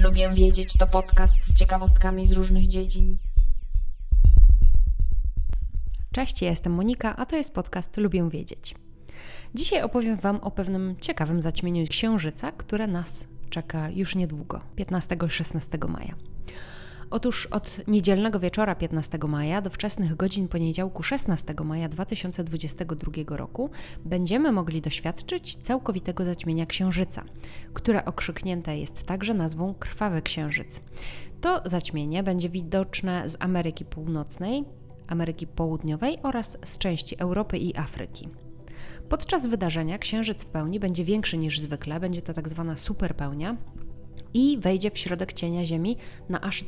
Lubię wiedzieć to podcast z ciekawostkami z różnych dziedzin. Cześć, ja jestem Monika, a to jest podcast Lubię wiedzieć. Dzisiaj opowiem Wam o pewnym ciekawym zaćmieniu księżyca, które nas czeka już niedługo, 15 i 16 maja. Otóż od niedzielnego wieczora 15 maja do wczesnych godzin poniedziałku 16 maja 2022 roku będziemy mogli doświadczyć całkowitego zaćmienia księżyca, które okrzyknięte jest także nazwą Krwawy Księżyc. To zaćmienie będzie widoczne z Ameryki Północnej, Ameryki Południowej oraz z części Europy i Afryki. Podczas wydarzenia księżyc w pełni będzie większy niż zwykle, będzie to tak zwana superpełnia i wejdzie w środek cienia Ziemi na aż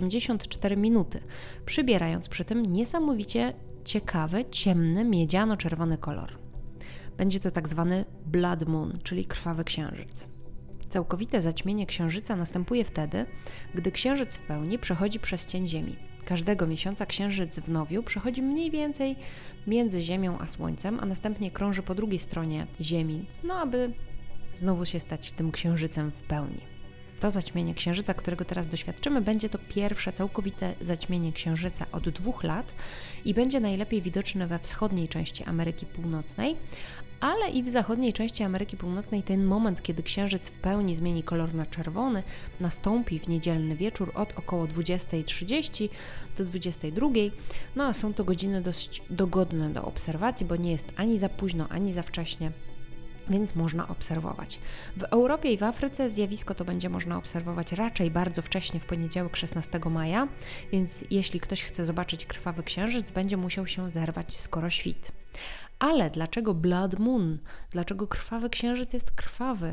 84 minuty, przybierając przy tym niesamowicie ciekawy, ciemny, miedziano-czerwony kolor. Będzie to tak zwany blood moon, czyli krwawy księżyc. Całkowite zaćmienie księżyca następuje wtedy, gdy księżyc w pełni przechodzi przez cień Ziemi. Każdego miesiąca księżyc w nowiu przechodzi mniej więcej między Ziemią a Słońcem, a następnie krąży po drugiej stronie Ziemi, aby znowu się stać tym księżycem w pełni. To zaćmienie księżyca, którego teraz doświadczymy, będzie to pierwsze całkowite zaćmienie księżyca od 2 lat i będzie najlepiej widoczne we wschodniej części Ameryki Północnej, ale i w zachodniej części Ameryki Północnej ten moment, kiedy księżyc w pełni zmieni kolor na czerwony, nastąpi w niedzielny wieczór od około 20:30 do 22:00. A są to godziny dość dogodne do obserwacji, bo nie jest ani za późno, ani za wcześnie, więc można obserwować. W Europie i w Afryce zjawisko to będzie można obserwować raczej bardzo wcześnie w poniedziałek 16 maja, więc jeśli ktoś chce zobaczyć krwawy księżyc, będzie musiał się zerwać skoro świt. Ale dlaczego blood moon? Dlaczego krwawy księżyc jest krwawy?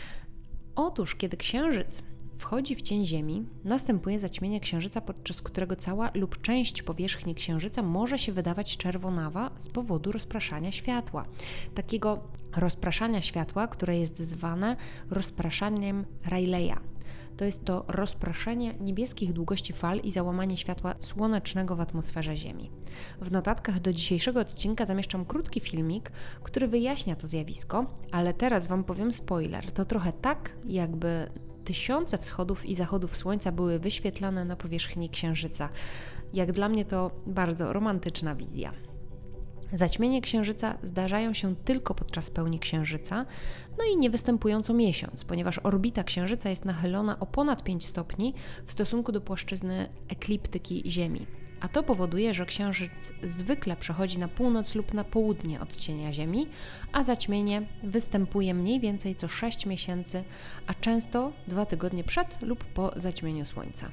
Otóż, kiedy księżyc wchodzi w cień Ziemi, następuje zaćmienie księżyca, podczas którego cała lub część powierzchni księżyca może się wydawać czerwonawa z powodu rozpraszania światła. Takiego rozpraszania światła, które jest zwane rozpraszaniem Rayleigha. To jest to rozproszenie niebieskich długości fal i załamanie światła słonecznego w atmosferze Ziemi. W notatkach do dzisiejszego odcinka zamieszczam krótki filmik, który wyjaśnia to zjawisko, ale teraz Wam powiem spoiler. To trochę tak, jakby tysiące wschodów i zachodów słońca były wyświetlane na powierzchni księżyca. Jak dla mnie to bardzo romantyczna wizja. Zaćmienie księżyca zdarzają się tylko podczas pełni księżyca, i nie występują co miesiąc, ponieważ orbita księżyca jest nachylona o ponad 5 stopni w stosunku do płaszczyzny ekliptyki Ziemi. A to powoduje, że księżyc zwykle przechodzi na północ lub na południe od cienia Ziemi, a zaćmienie występuje mniej więcej co 6 miesięcy, a często 2 tygodnie przed lub po zaćmieniu Słońca.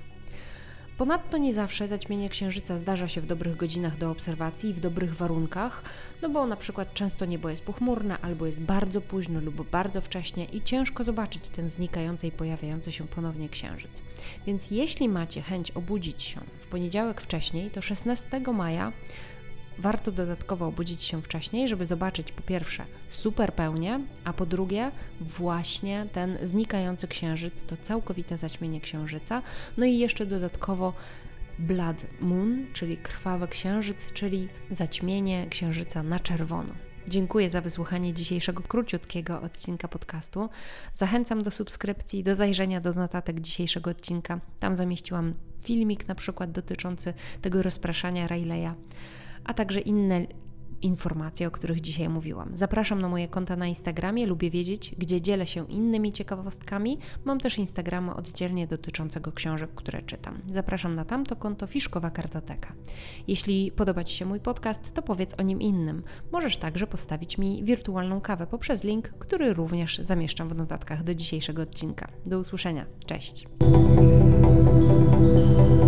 Ponadto nie zawsze zaćmienie księżyca zdarza się w dobrych godzinach do obserwacji i w dobrych warunkach, bo na przykład często niebo jest pochmurne, albo jest bardzo późno lub bardzo wcześnie i ciężko zobaczyć ten znikający i pojawiający się ponownie księżyc. Więc jeśli macie chęć obudzić się w poniedziałek wcześniej, to 16 maja warto dodatkowo obudzić się wcześniej, żeby zobaczyć po pierwsze superpełnię, a po drugie właśnie ten znikający księżyc, to całkowite zaćmienie księżyca, i jeszcze dodatkowo blood moon, czyli krwawy księżyc, czyli zaćmienie księżyca na czerwono. Dziękuję za wysłuchanie dzisiejszego króciutkiego odcinka podcastu. Zachęcam do subskrypcji, do zajrzenia do notatek dzisiejszego odcinka. Tam zamieściłam filmik na przykład dotyczący tego rozpraszania Rayleigha, a także inne informacje, o których dzisiaj mówiłam. Zapraszam na moje konta na Instagramie, lubię wiedzieć, gdzie dzielę się innymi ciekawostkami. Mam też Instagrama oddzielnie dotyczącego książek, które czytam. Zapraszam na tamto konto Fiszkowa Kartoteka. Jeśli podoba Ci się mój podcast, to powiedz o nim innym. Możesz także postawić mi wirtualną kawę poprzez link, który również zamieszczam w notatkach do dzisiejszego odcinka. Do usłyszenia. Cześć!